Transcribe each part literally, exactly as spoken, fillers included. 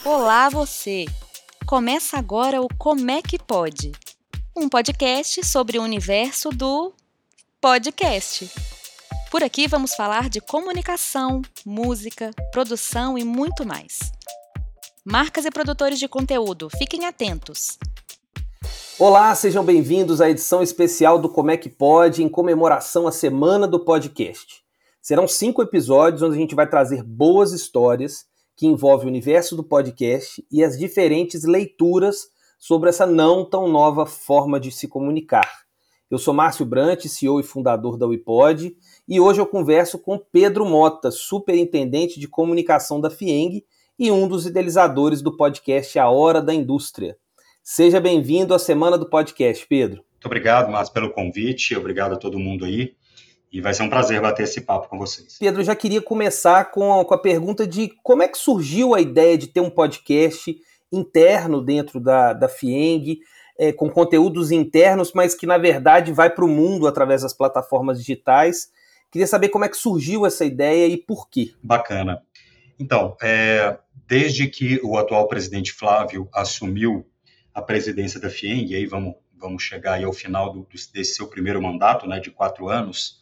Olá você! Começa agora o Como é que Pode? Um podcast sobre o universo do podcast. Por aqui vamos falar de comunicação, música, produção e muito mais. Marcas e produtores de conteúdo, fiquem atentos! Olá, sejam bem-vindos à edição especial do Como é que Pode, em comemoração à Semana do Podcast. Serão cinco episódios onde a gente vai trazer boas histórias que envolvem o universo do podcast e as diferentes leituras sobre essa não tão nova forma de se comunicar. Eu sou Márcio Brant, C E O e fundador da WePod, e hoje eu converso com Pedro Mota, superintendente de comunicação da Fieng e um dos idealizadores do podcast A Hora da Indústria. Seja bem-vindo à Semana do Podcast, Pedro. Muito obrigado, Márcio, pelo convite, obrigado a todo mundo aí, e vai ser um prazer bater esse papo com vocês. Pedro, eu já queria começar com a, com a pergunta de como é que surgiu a ideia de ter um podcast interno dentro da, da Fieng, é, com conteúdos internos, mas que na verdade vai para o mundo através das plataformas digitais. Queria saber como é que surgiu essa ideia e por quê. Bacana. Então, é, desde que o atual presidente Flávio assumiu a presidência da Fieng, e aí vamos, vamos chegar aí ao final do, desse seu primeiro mandato, né, de quatro anos,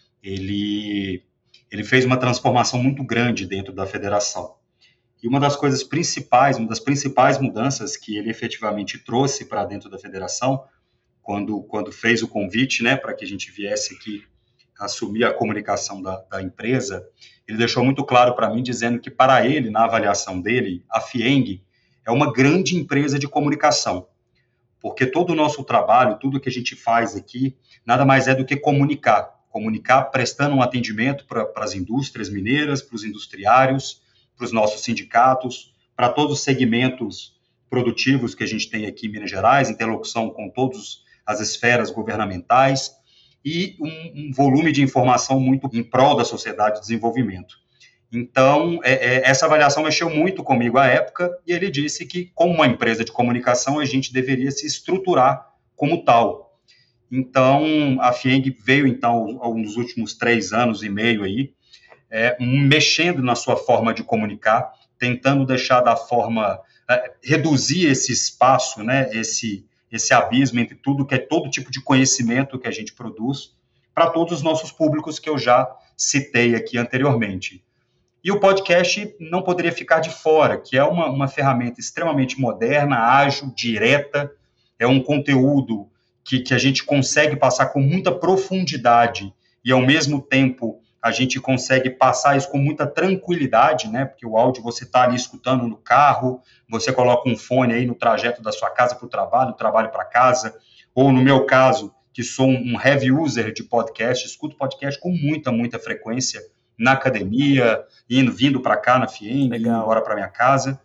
ele, ele fez uma transformação muito grande dentro da federação. E uma das coisas principais, uma das principais mudanças que ele efetivamente trouxe para dentro da federação, quando, quando fez o convite, né, para que a gente viesse aqui assumir a comunicação da, da empresa, ele deixou muito claro para mim, dizendo que para ele, na avaliação dele, a Fieng é uma grande empresa de comunicação, porque todo o nosso trabalho, tudo que a gente faz aqui, nada mais é do que comunicar, comunicar prestando um atendimento para as indústrias mineiras, para os industriários, para os nossos sindicatos, para todos os segmentos produtivos que a gente tem aqui em Minas Gerais, interlocução com todas as esferas governamentais e um, um volume de informação muito em prol da sociedade de desenvolvimento. Então, é, é, essa avaliação mexeu muito comigo à época e ele disse que, como uma empresa de comunicação, a gente deveria se estruturar como tal. Então, a Fieng veio, então, ao longo dos últimos três anos e meio aí, é, mexendo na sua forma de comunicar, tentando deixar da forma, é, reduzir esse espaço, né, esse, esse abismo entre tudo que é todo tipo de conhecimento que a gente produz, para todos os nossos públicos que eu já citei aqui anteriormente. E o podcast não poderia ficar de fora, que é uma, uma ferramenta extremamente moderna, ágil, direta, é um conteúdo que, que a gente consegue passar com muita profundidade e, ao mesmo tempo, a gente consegue passar isso com muita tranquilidade, né? Porque o áudio você está ali escutando no carro, você coloca um fone aí no trajeto da sua casa para o trabalho, do trabalho para casa, ou no meu caso, que sou um heavy user de podcast, escuto podcast com muita, muita frequência, na academia, indo, vindo para cá na Fieng, indo embora para minha casa.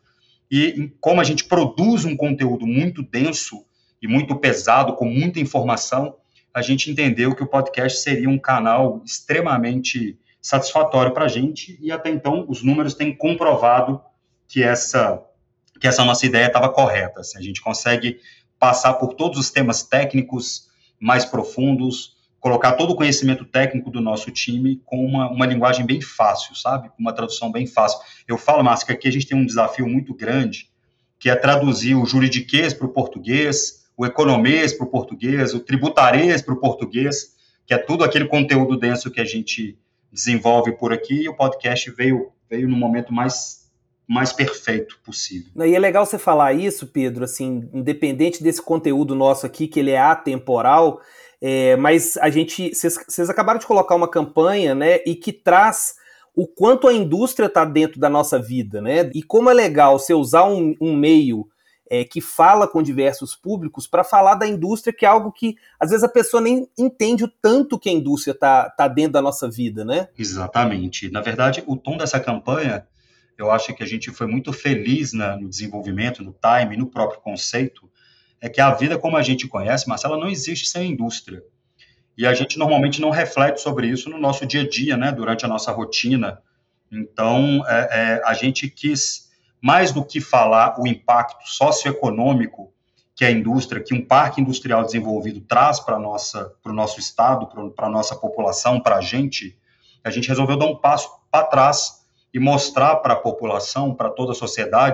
E como a gente produz um conteúdo muito denso e muito pesado, com muita informação, a gente entendeu que o podcast seria um canal extremamente satisfatório para a gente, e até então os números têm comprovado que essa, que essa nossa ideia estava correta. Assim, a gente consegue passar por todos os temas técnicos mais profundos, colocar todo o conhecimento técnico do nosso time com uma, uma linguagem bem fácil, sabe? Uma tradução bem fácil. Eu falo, Márcio, que aqui a gente tem um desafio muito grande, que é traduzir o juridiquês para o português, o economês para o português, o tributarês para o português, que é tudo aquele conteúdo denso que a gente desenvolve por aqui, e o podcast veio, veio no momento mais, mais perfeito possível. E é legal você falar isso, Pedro, assim, independente desse conteúdo nosso aqui, que ele é atemporal, É, mas a gente, vocês acabaram de colocar uma campanha, né, e que traz o quanto a indústria está dentro da nossa vida, né, e como é legal você usar um, um meio é, que fala com diversos públicos para falar da indústria, que é algo que às vezes a pessoa nem entende o tanto que a indústria está tá dentro da nossa vida, né? Exatamente. Na verdade, o tom dessa campanha, eu acho que a gente foi muito feliz na, no desenvolvimento, no time, no próprio conceito, é que a vida como a gente conhece, Marcela, não existe sem a indústria. E a gente normalmente não reflete sobre isso no nosso dia a dia, né, durante a nossa rotina. Então, é, é, a gente quis, mais do que falar o impacto socioeconômico que a indústria, que um parque industrial desenvolvido traz para o nosso estado, para a nossa população, para a gente, a gente resolveu dar um passo para trás e mostrar para a população, para toda a sociedade,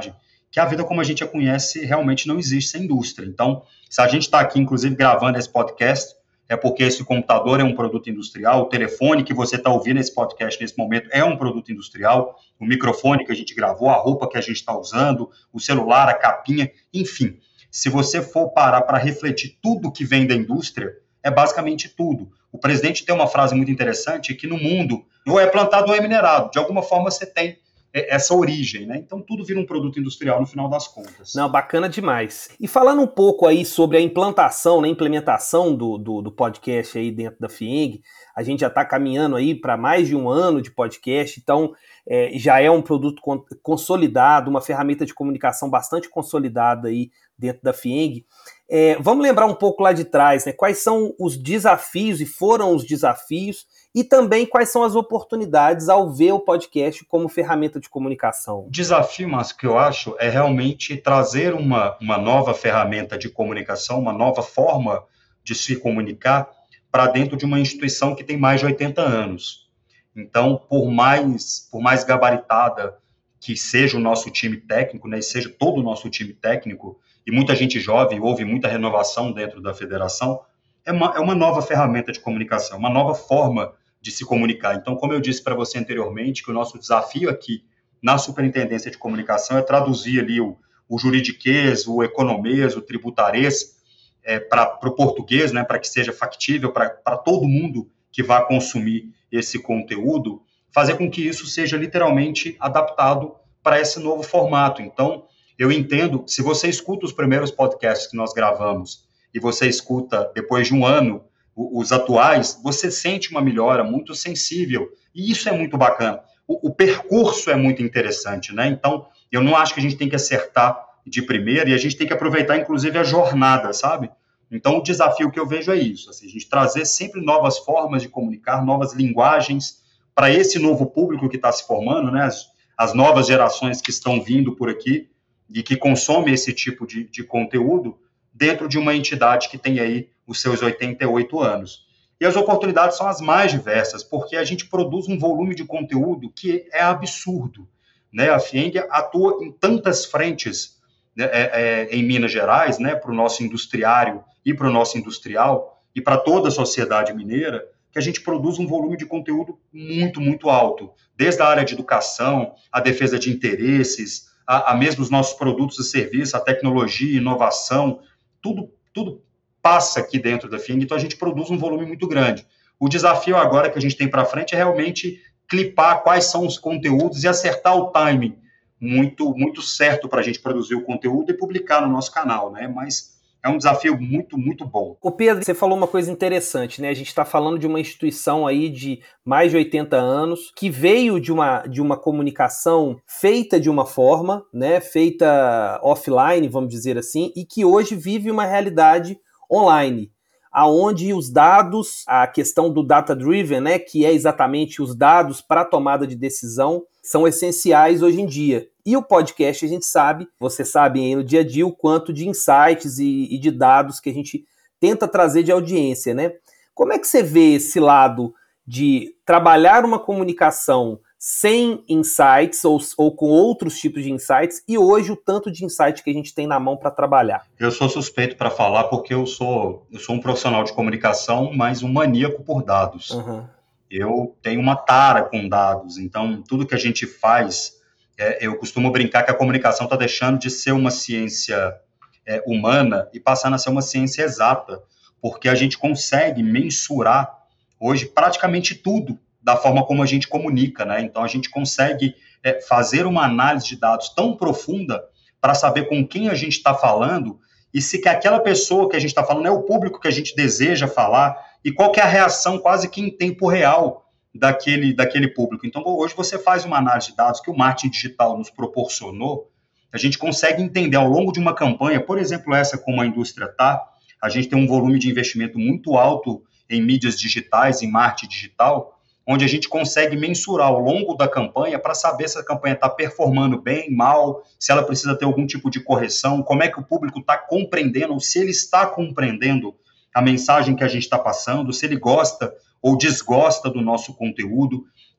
que a vida como a gente a conhece realmente não existe sem indústria. Então, se a gente está aqui, inclusive, gravando esse podcast, é porque esse computador é um produto industrial, o telefone que você está ouvindo esse podcast nesse momento é um produto industrial, o microfone que a gente gravou, a roupa que a gente está usando, o celular, a capinha, enfim. Se você for parar para refletir tudo que vem da indústria, é basicamente tudo. O presidente tem uma frase muito interessante, que no mundo, ou é plantado ou é minerado. De alguma forma você tem essa origem, né? Então tudo vira um produto industrial no final das contas. Não, bacana demais. E falando um pouco aí sobre a implantação, né, implementação do, do, do podcast aí dentro da FIENG, a gente já está caminhando aí para mais de um ano de podcast, então é, já é um produto consolidado, uma ferramenta de comunicação bastante consolidada aí dentro da FIENG. É, vamos lembrar um pouco lá de trás, né? Quais são os desafios e foram os desafios e também quais são as oportunidades ao ver o podcast como ferramenta de comunicação. O desafio, Márcio, que eu acho é realmente trazer uma, uma nova ferramenta de comunicação, uma nova forma de se comunicar para dentro de uma instituição que tem mais de oitenta anos. Então, por mais, por mais gabaritada que seja o nosso time técnico, né, e seja todo o nosso time técnico, e muita gente jovem, houve muita renovação dentro da federação, é uma, é uma nova ferramenta de comunicação, uma nova forma de se comunicar. Então, como eu disse para você anteriormente, que o nosso desafio aqui na Superintendência de Comunicação é traduzir ali o, o juridiquês, o economês, o tributarês é, para o português, né, para que seja factível para todo mundo que vá consumir esse conteúdo, fazer com que isso seja literalmente adaptado para esse novo formato. Então, eu entendo, se você escuta os primeiros podcasts que nós gravamos e você escuta depois de um ano os atuais, você sente uma melhora muito sensível, e isso é muito bacana. O, o percurso é muito interessante, né? Então, eu não acho que a gente tem que acertar de primeira, e a gente tem que aproveitar, inclusive, a jornada, sabe? Então, o desafio que eu vejo é isso, assim, a gente trazer sempre novas formas de comunicar, novas linguagens para esse novo público que está se formando, né? As, as novas gerações que estão vindo por aqui e que consomem esse tipo de, de conteúdo dentro de uma entidade que tem aí os seus oitenta e oito anos. E as oportunidades são as mais diversas, porque a gente produz um volume de conteúdo que é absurdo, né? A FIENG atua em tantas frentes, né, é, é, em Minas Gerais, né, para o nosso industriário e para o nosso industrial e para toda a sociedade mineira, que a gente produz um volume de conteúdo muito, muito alto, desde a área de educação, a defesa de interesses, a, a mesmo os nossos produtos e serviços, a tecnologia, inovação, tudo, tudo passa aqui dentro da FIENG, então a gente produz um volume muito grande. O desafio agora que a gente tem para frente é realmente clipar quais são os conteúdos e acertar o timing muito, muito certo para a gente produzir o conteúdo e publicar no nosso canal, né? Mas é um desafio muito, muito bom. Ô Pedro, você falou uma coisa interessante, né? A gente está falando de uma instituição aí de mais de oitenta anos, que veio de uma, de uma comunicação feita de uma forma, né? Feita offline, vamos dizer assim, e que hoje vive uma realidade online, aonde os dados, a questão do data-driven, né, que é exatamente os dados para a tomada de decisão, são essenciais hoje em dia. E o podcast, a gente sabe, você sabe aí no dia a dia, o quanto de insights e, e de dados que a gente tenta trazer de audiência, né? Como é que você vê esse lado de trabalhar uma comunicação sem insights ou, ou com outros tipos de insights, e hoje o tanto de insight que a gente tem na mão para trabalhar? Eu sou suspeito para falar porque eu sou, eu sou um profissional de comunicação, mas um maníaco por dados. Uhum. Eu tenho uma tara com dados, então tudo que a gente faz, é, eu costumo brincar que a comunicação está deixando de ser uma ciência é, humana e passando a ser uma ciência exata, porque a gente consegue mensurar hoje praticamente tudo da forma como a gente comunica, né? Então, a gente consegue é, fazer uma análise de dados tão profunda para saber com quem a gente está falando e se que aquela pessoa que a gente está falando é o público que a gente deseja falar e qual que é a reação quase que em tempo real daquele, daquele público. Então, hoje você faz uma análise de dados que o marketing digital nos proporcionou, a gente consegue entender ao longo de uma campanha, por exemplo, essa como a indústria está, a gente tem um volume de investimento muito alto em mídias digitais, em marketing digital, onde a gente consegue mensurar ao longo da campanha para saber se a campanha está performando bem, mal, se ela precisa ter algum tipo de correção, como é que o público está compreendendo, ou se ele está compreendendo a mensagem que a gente está passando, se ele gosta ou desgosta do nosso conteúdo.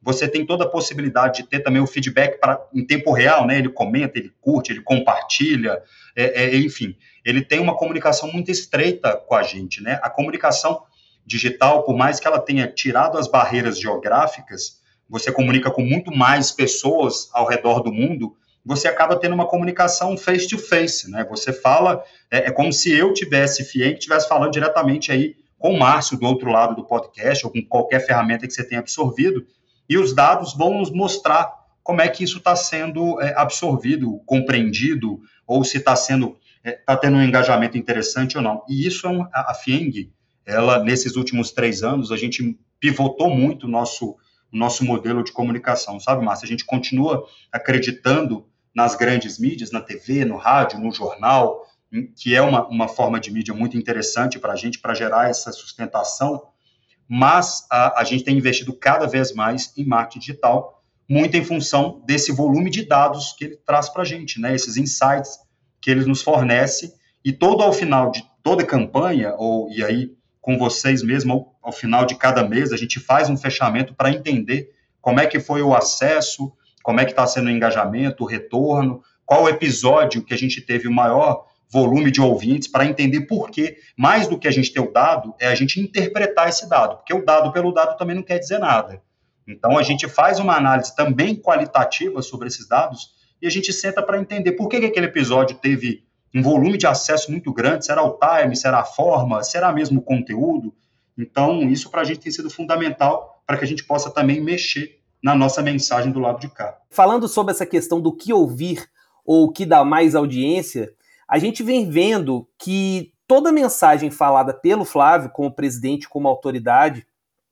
você tem toda a possibilidade de ter também o feedback pra, em tempo real, né? Ele comenta, ele curte, ele compartilha, é, é, enfim, ele tem uma comunicação muito estreita com a gente, né? A comunicação digital, por mais que ela tenha tirado as barreiras geográficas, você comunica com muito mais pessoas ao redor do mundo, você acaba tendo uma comunicação face-to-face, né? Você fala, é, é como se eu tivesse, Fieng, estivesse falando diretamente aí com o Márcio do outro lado do podcast, ou com qualquer ferramenta que você tenha absorvido, e os dados vão nos mostrar como é que isso está sendo é, absorvido, compreendido, ou se está sendo, está é, tendo um engajamento interessante ou não. E isso é um, a, a Fieng, ela, nesses últimos três anos, a gente pivotou muito o nosso, o nosso modelo de comunicação, sabe, Márcio? A gente continua acreditando nas grandes mídias, na T V, no rádio, no jornal, que é uma, uma forma de mídia muito interessante para a gente, para gerar essa sustentação, mas a, a gente tem investido cada vez mais em marketing digital, muito em função desse volume de dados que ele traz para a gente, né? Esses insights que ele nos fornece, e todo ao final de toda campanha, ou e aí com vocês mesmo, ao, ao final de cada mês, a gente faz um fechamento para entender como é que foi o acesso, como é que está sendo o engajamento, o retorno, qual o episódio que a gente teve o maior volume de ouvintes, para entender por quê. Mais do que a gente ter o dado, é a gente interpretar esse dado, porque o dado pelo dado também não quer dizer nada. Então, a gente faz uma análise também qualitativa sobre esses dados e a gente senta para entender por que, que aquele episódio teve um volume de acesso muito grande, será o time, será a forma, será mesmo o conteúdo. Então, isso para a gente tem sido fundamental para que a gente possa também mexer na nossa mensagem do lado de cá. Falando sobre essa questão do que ouvir ou o que dá mais audiência, a gente vem vendo que toda mensagem falada pelo Flávio, como presidente, como autoridade,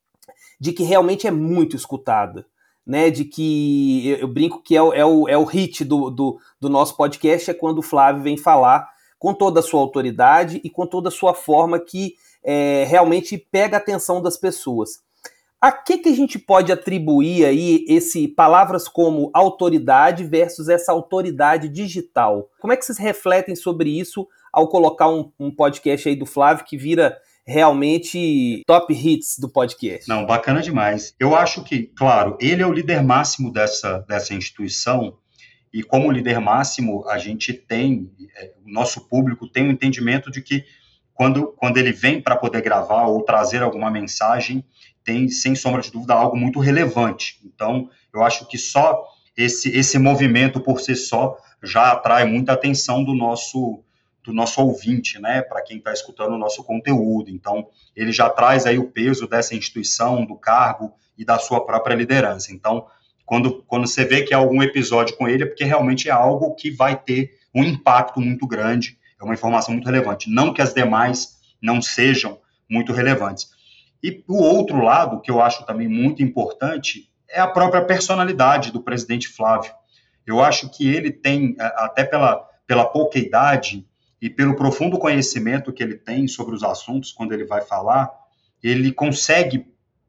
de que realmente é muito escutada, né? De que, eu, eu brinco que é o, é o, é o hit do, do, do nosso podcast, é quando o Flávio vem falar com toda a sua autoridade e com toda a sua forma que é, realmente pega a atenção das pessoas. A que, que a gente pode atribuir aí esse palavras como autoridade versus essa autoridade digital? Como é que vocês refletem sobre isso ao colocar um, um podcast aí do Flávio que vira realmente top hits do podcast? Não, bacana demais. Eu acho que, claro, ele é o líder máximo dessa, dessa instituição, e como líder máximo a gente tem, é, o nosso público tem o entendimento de que quando, quando ele vem para poder gravar ou trazer alguma mensagem, tem, sem sombra de dúvida, algo muito relevante. Então, eu acho que só esse, esse movimento por si só já atrai muita atenção do nosso, do nosso ouvinte, né, para quem está escutando o nosso conteúdo. Então, ele já traz aí o peso dessa instituição, do cargo e da sua própria liderança. Então, quando, quando você vê que há algum episódio com ele, é porque realmente é algo que vai ter um impacto muito grande, é uma informação muito relevante. Não que as demais não sejam muito relevantes. E o outro lado, que eu acho também muito importante, é a própria personalidade do presidente Flávio. Eu acho que ele tem, até pela, pela pouca idade e pelo profundo conhecimento que ele tem sobre os assuntos, quando ele vai falar, ele consegue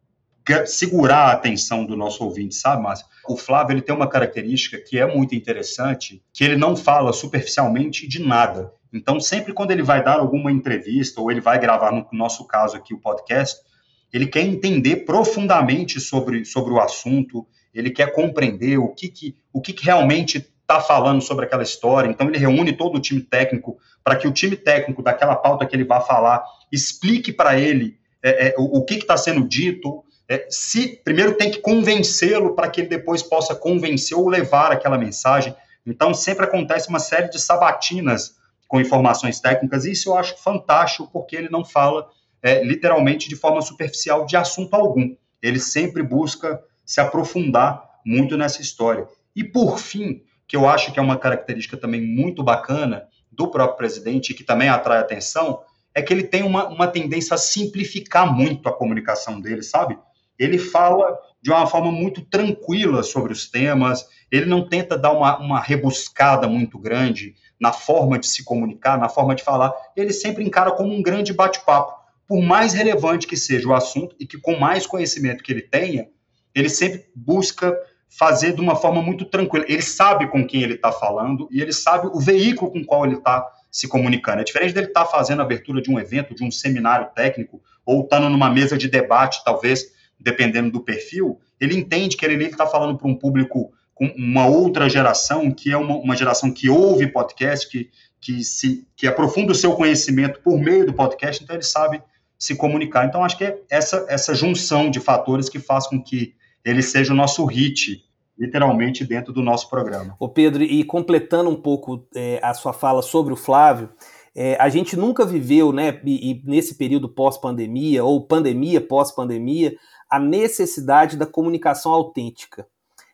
segurar a atenção do nosso ouvinte, sabe, Márcio? O Flávio, ele tem uma característica que é muito interessante, que ele não fala superficialmente de nada. Então, sempre quando ele vai dar alguma entrevista, ou ele vai gravar, no nosso caso aqui, o podcast, ele quer entender profundamente sobre, sobre o assunto, ele quer compreender o que, que, o que, que realmente está falando sobre aquela história. Então, ele reúne todo o time técnico para que o time técnico daquela pauta que ele vai falar explique para ele é, é, o, o que está sendo dito. É, se primeiro tem que convencê-lo para que ele depois possa convencer ou levar aquela mensagem. Então, sempre acontece uma série de sabatinas com informações técnicas, e isso eu acho fantástico, porque ele não fala É, literalmente de forma superficial de assunto algum. Ele sempre busca se aprofundar muito nessa história. E por fim, que eu acho que é uma característica também muito bacana do próprio presidente, que também atrai atenção, é que ele tem uma, uma tendência a simplificar muito a comunicação dele, sabe? Ele fala de uma forma muito tranquila sobre os temas, ele não tenta dar uma, uma rebuscada muito grande na forma de se comunicar, na forma de falar, ele sempre encara como um grande bate-papo. Por mais relevante que seja o assunto e que com mais conhecimento que ele tenha, ele sempre busca fazer de uma forma muito tranquila. Ele sabe com quem ele está falando e ele sabe o veículo com o qual ele está se comunicando. É diferente dele estar tá fazendo a abertura de um evento, de um seminário técnico, ou estando numa mesa de debate, talvez, dependendo do perfil, ele entende que ele está falando para um público com uma outra geração, que é uma, uma geração que ouve podcast, que, que, se, que aprofunda o seu conhecimento por meio do podcast, então ele sabe se comunicar. Então, acho que é essa, essa junção de fatores que faz com que ele seja o nosso hit, literalmente, dentro do nosso programa. Ô Pedro, e completando um pouco é, a sua fala sobre o Flávio, é, a gente nunca viveu, né, e, e nesse período pós-pandemia, ou pandemia pós-pandemia, a necessidade da comunicação autêntica.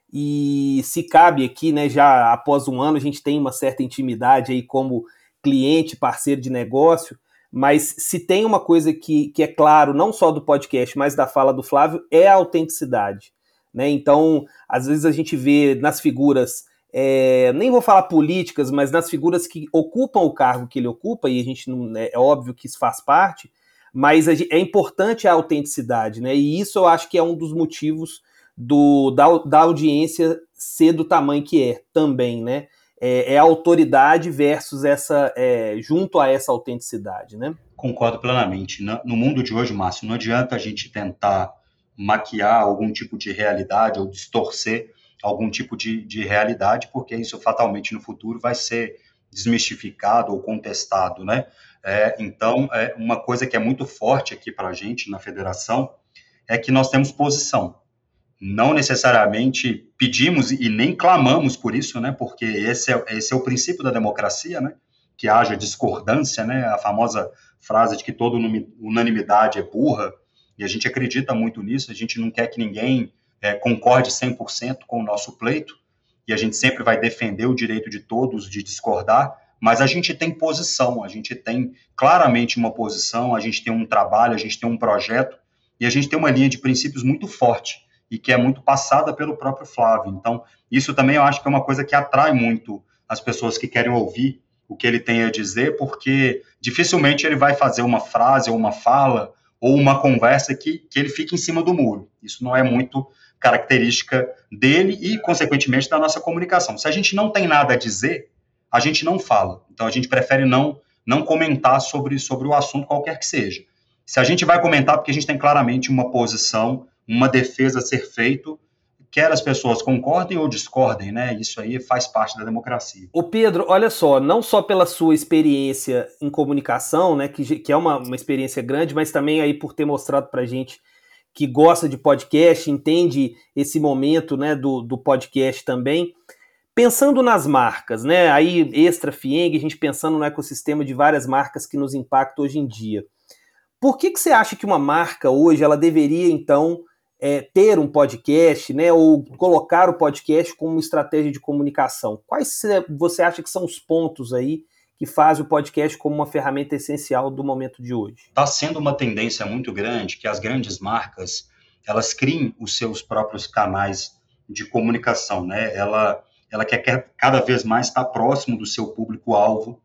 E se cabe aqui, né, já após um ano, a gente tem uma certa intimidade aí como cliente, parceiro de negócio, mas se tem uma coisa que, que é claro, não só do podcast, mas da fala do Flávio, é a autenticidade. Né? Então, às vezes a gente vê nas figuras, é, nem vou falar políticas, mas nas figuras que ocupam o cargo que ele ocupa, e a gente não, é, é óbvio que isso faz parte, mas é importante a autenticidade, né? E isso eu acho que é um dos motivos do, da, da audiência ser do tamanho que é também, né? É, é a autoridade versus essa, é, junto a essa autenticidade, né? Concordo plenamente. No mundo de hoje, Márcio, não adianta a gente tentar maquiar algum tipo de realidade ou distorcer algum tipo de, de realidade, porque isso fatalmente no futuro vai ser desmistificado ou contestado, né? É, então, é, uma coisa que é muito forte aqui para a gente na federação é que nós temos posição. Não necessariamente pedimos e nem clamamos por isso, né? Porque esse é, esse é o princípio da democracia, né? Que haja discordância, né? A famosa frase de que toda unanimidade é burra, e a gente acredita muito nisso, a gente não quer que ninguém é, concorde cem por cento com o nosso pleito, e a gente sempre vai defender o direito de todos de discordar, mas a gente tem posição, a gente tem claramente uma posição, a gente tem um trabalho, a gente tem um projeto, e a gente tem uma linha de princípios muito forte, e que é muito passada pelo próprio Flávio. Então, isso também eu acho que é uma coisa que atrai muito as pessoas que querem ouvir o que ele tem a dizer, porque dificilmente ele vai fazer uma frase ou uma fala ou uma conversa que, que ele fique em cima do muro. Isso não é muito característica dele e, consequentemente, da nossa comunicação. Se a gente não tem nada a dizer, a gente não fala. Então, a gente prefere não, não comentar sobre, sobre o assunto qualquer que seja. Se a gente vai comentar, porque a gente tem claramente uma posição, uma defesa a ser feito, quer as pessoas concordem ou discordem, né? Isso aí faz parte da democracia. Ô Pedro, olha só, não só pela sua experiência em comunicação, né, que, que é uma, uma experiência grande, mas também aí por ter mostrado pra gente que gosta de podcast, entende esse momento, né, do, do podcast também. Pensando nas marcas, né, aí Extra, Fieng, a gente pensando no ecossistema de várias marcas que nos impactam hoje em dia. Por que que você acha que uma marca hoje, ela deveria, então, É, ter um podcast, né, ou colocar o podcast como uma estratégia de comunicação? Quais você acha que são os pontos aí que fazem o podcast como uma ferramenta essencial do momento de hoje? Está sendo uma tendência muito grande que as grandes marcas, elas criem os seus próprios canais de comunicação, né? Ela, ela quer cada vez mais estar próximo do seu público-alvo,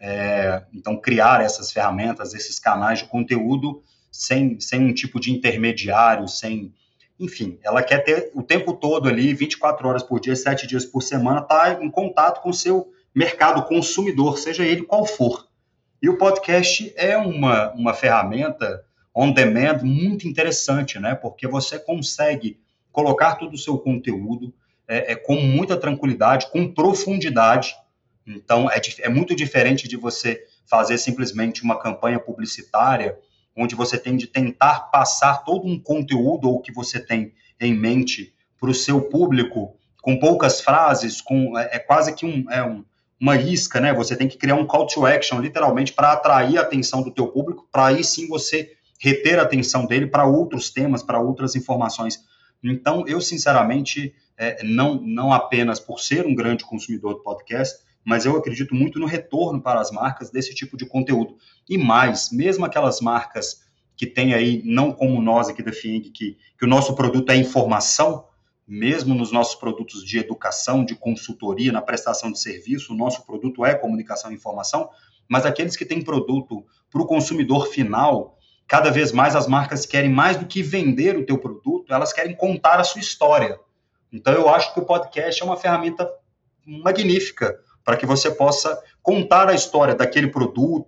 é, então criar essas ferramentas, esses canais de conteúdo sem, sem um tipo de intermediário, sem... Enfim, ela quer ter o tempo todo ali, vinte e quatro horas por dia, sete dias por semana, estar tá em contato com o seu mercado consumidor, seja ele qual for. E o podcast é uma, uma ferramenta on demand muito interessante, né? Porque você consegue colocar todo o seu conteúdo é, é, com muita tranquilidade, com profundidade. Então, é, é muito diferente de você fazer simplesmente uma campanha publicitária onde você tem de tentar passar todo um conteúdo ou que você tem em mente para o seu público com poucas frases, com, é, é quase que um, é um, uma isca, né? Você tem que criar um call to action, literalmente, para atrair a atenção do teu público, para aí sim você reter a atenção dele para outros temas, para outras informações. Então, eu, sinceramente, é, não, não apenas por ser um grande consumidor do podcast, mas eu acredito muito no retorno para as marcas desse tipo de conteúdo. E mais, mesmo aquelas marcas que têm aí, não como nós aqui da Fieng, que, que o nosso produto é informação, mesmo nos nossos produtos de educação, de consultoria, na prestação de serviço, o nosso produto é comunicação e informação, mas aqueles que têm produto para o consumidor final, cada vez mais as marcas querem mais do que vender o teu produto, elas querem contar a sua história. Então eu acho que o podcast é uma ferramenta magnífica para que você possa contar a história daquele produto,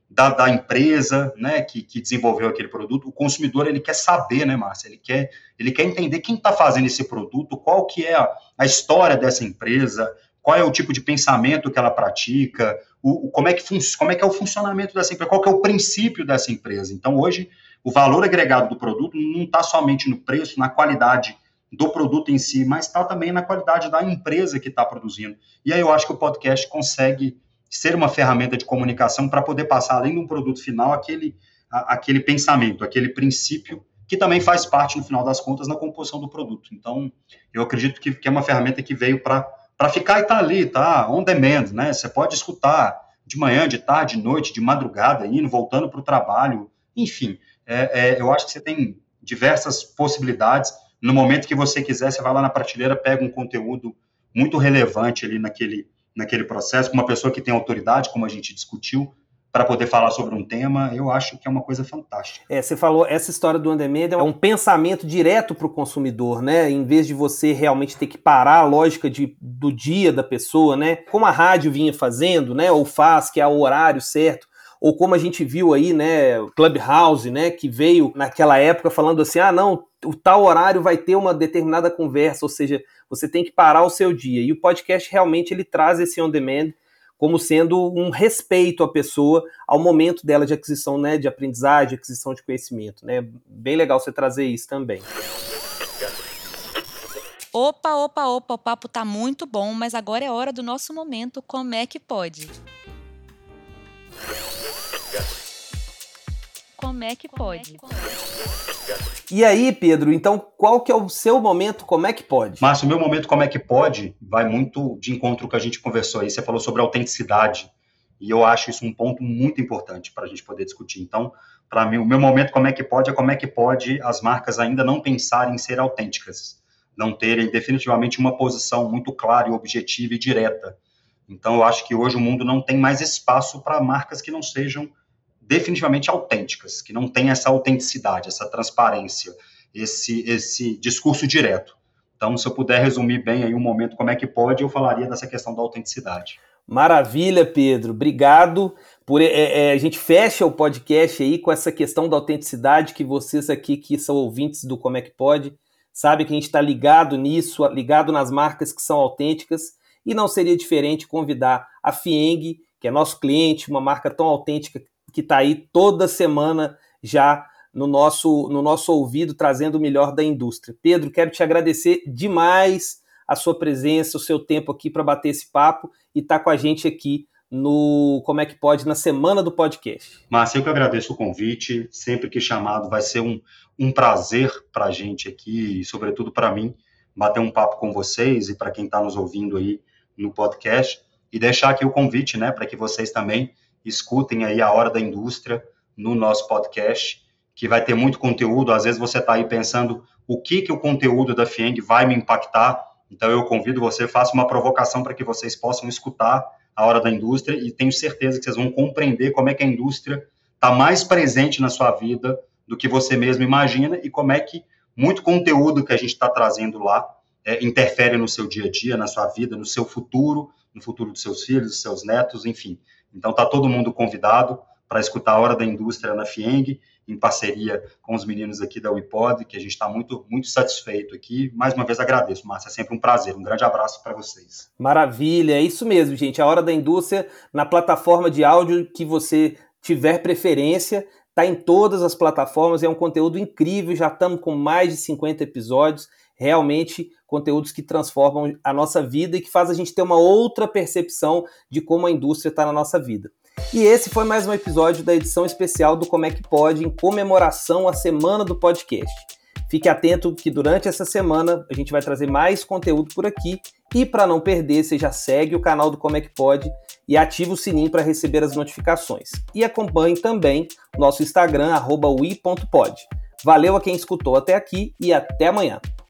da, da empresa, né, que, que desenvolveu aquele produto. O consumidor, ele quer saber, né, Márcia? Ele quer, ele quer entender quem está fazendo esse produto, qual que é a, a história dessa empresa, qual é o tipo de pensamento que ela pratica, o, o, como, é que fun, como é que é o funcionamento dessa empresa, qual que é o princípio dessa empresa. Então, hoje, o valor agregado do produto não está somente no preço, na qualidade do produto em si, mas está também na qualidade da empresa que está produzindo. E aí eu acho que o podcast consegue ser uma ferramenta de comunicação para poder passar, além de um produto final, aquele, a, aquele pensamento, aquele princípio que também faz parte, no final das contas, na composição do produto. Então, eu acredito que, que é uma ferramenta que veio para para ficar e tá ali, tá on demand, né? Você pode escutar de manhã, de tarde, de noite, de madrugada, indo, voltando para o trabalho, enfim. É, é, eu acho que você tem diversas possibilidades. No momento que você quiser, você vai lá na prateleira, pega um conteúdo muito relevante ali naquele, naquele processo, com uma pessoa que tem autoridade, como a gente discutiu, para poder falar sobre um tema, eu acho que é uma coisa fantástica. É, você falou, essa história do on demand é um pensamento direto para o consumidor, né? Em vez de você realmente ter que parar a lógica de, do dia da pessoa, né? Como a rádio vinha fazendo, né? Ou faz, que é o horário certo, ou como a gente viu aí, né? Clubhouse, né? Que veio naquela época falando assim, ah, não, o tal horário vai ter uma determinada conversa, ou seja, você tem que parar o seu dia. E o podcast realmente ele traz esse on demand como sendo um respeito à pessoa ao momento dela de aquisição, né, de aprendizagem, de aquisição de conhecimento, né? Bem legal você trazer isso também. Opa, opa, opa, o papo tá muito bom, mas agora é hora do nosso momento Como é que pode? Como é que pode? E aí, Pedro, então qual que é o seu momento Como é que pode? Márcio, o meu momento Como é que pode vai muito de encontro com o que a gente conversou aí. Você falou sobre autenticidade e eu acho isso um ponto muito importante para a gente poder discutir. Então, para mim, o meu momento Como é que pode é como é que pode as marcas ainda não pensarem em ser autênticas, não terem definitivamente uma posição muito clara e objetiva e direta. Então, eu acho que hoje o mundo não tem mais espaço para marcas que não sejam definitivamente autênticas, que não tem essa autenticidade, essa transparência, esse, esse discurso direto. Então, se eu puder resumir bem aí um momento Como é que pode, eu falaria dessa questão da autenticidade. Maravilha, Pedro. Obrigado. Por, é, é, a gente fecha o podcast aí com essa questão da autenticidade que vocês aqui, que são ouvintes do Como é que pode, sabem que a gente está ligado nisso, ligado nas marcas que são autênticas, e não seria diferente convidar a Fieng, que é nosso cliente, uma marca tão autêntica que está aí toda semana já no nosso, no nosso ouvido, trazendo o melhor da indústria. Pedro, quero te agradecer demais a sua presença, o seu tempo aqui para bater esse papo e estar tá com a gente aqui no Como é que pode, na semana do podcast. Márcio, eu que agradeço o convite, sempre que chamado vai ser um, um prazer para a gente aqui, e sobretudo para mim, bater um papo com vocês e para quem está nos ouvindo aí no podcast, e deixar aqui o convite, né, para que vocês também escutem aí a Hora da Indústria no nosso podcast, que vai ter muito conteúdo. Às vezes você está aí pensando o que, que o conteúdo da Fieng vai me impactar, então eu convido você, faço uma provocação para que vocês possam escutar a Hora da Indústria e tenho certeza que vocês vão compreender como é que a indústria está mais presente na sua vida do que você mesmo imagina e como é que muito conteúdo que a gente está trazendo lá é, interfere no seu dia a dia, na sua vida, no seu futuro, no futuro dos seus filhos, dos seus netos, enfim. Então, está todo mundo convidado para escutar a Hora da Indústria na Fieng, em parceria com os meninos aqui da WePod, que a gente está muito, muito satisfeito aqui. Mais uma vez, agradeço, Márcia, é sempre um prazer. Um grande abraço para vocês. Maravilha, é isso mesmo, gente. A Hora da Indústria, na plataforma de áudio que você tiver preferência, está em todas as plataformas, é um conteúdo incrível, já estamos com mais de cinquenta episódios, realmente conteúdos que transformam a nossa vida e que faz a gente ter uma outra percepção de como a indústria está na nossa vida. E esse foi mais um episódio da edição especial do Como é que Pode, em comemoração à Semana do Podcast. Fique atento que durante essa semana a gente vai trazer mais conteúdo por aqui e para não perder, você já segue o canal do Como é que Pode e ativa o sininho para receber as notificações. E acompanhe também nosso Instagram, arroba ui ponto pod. Valeu a quem escutou até aqui e até amanhã.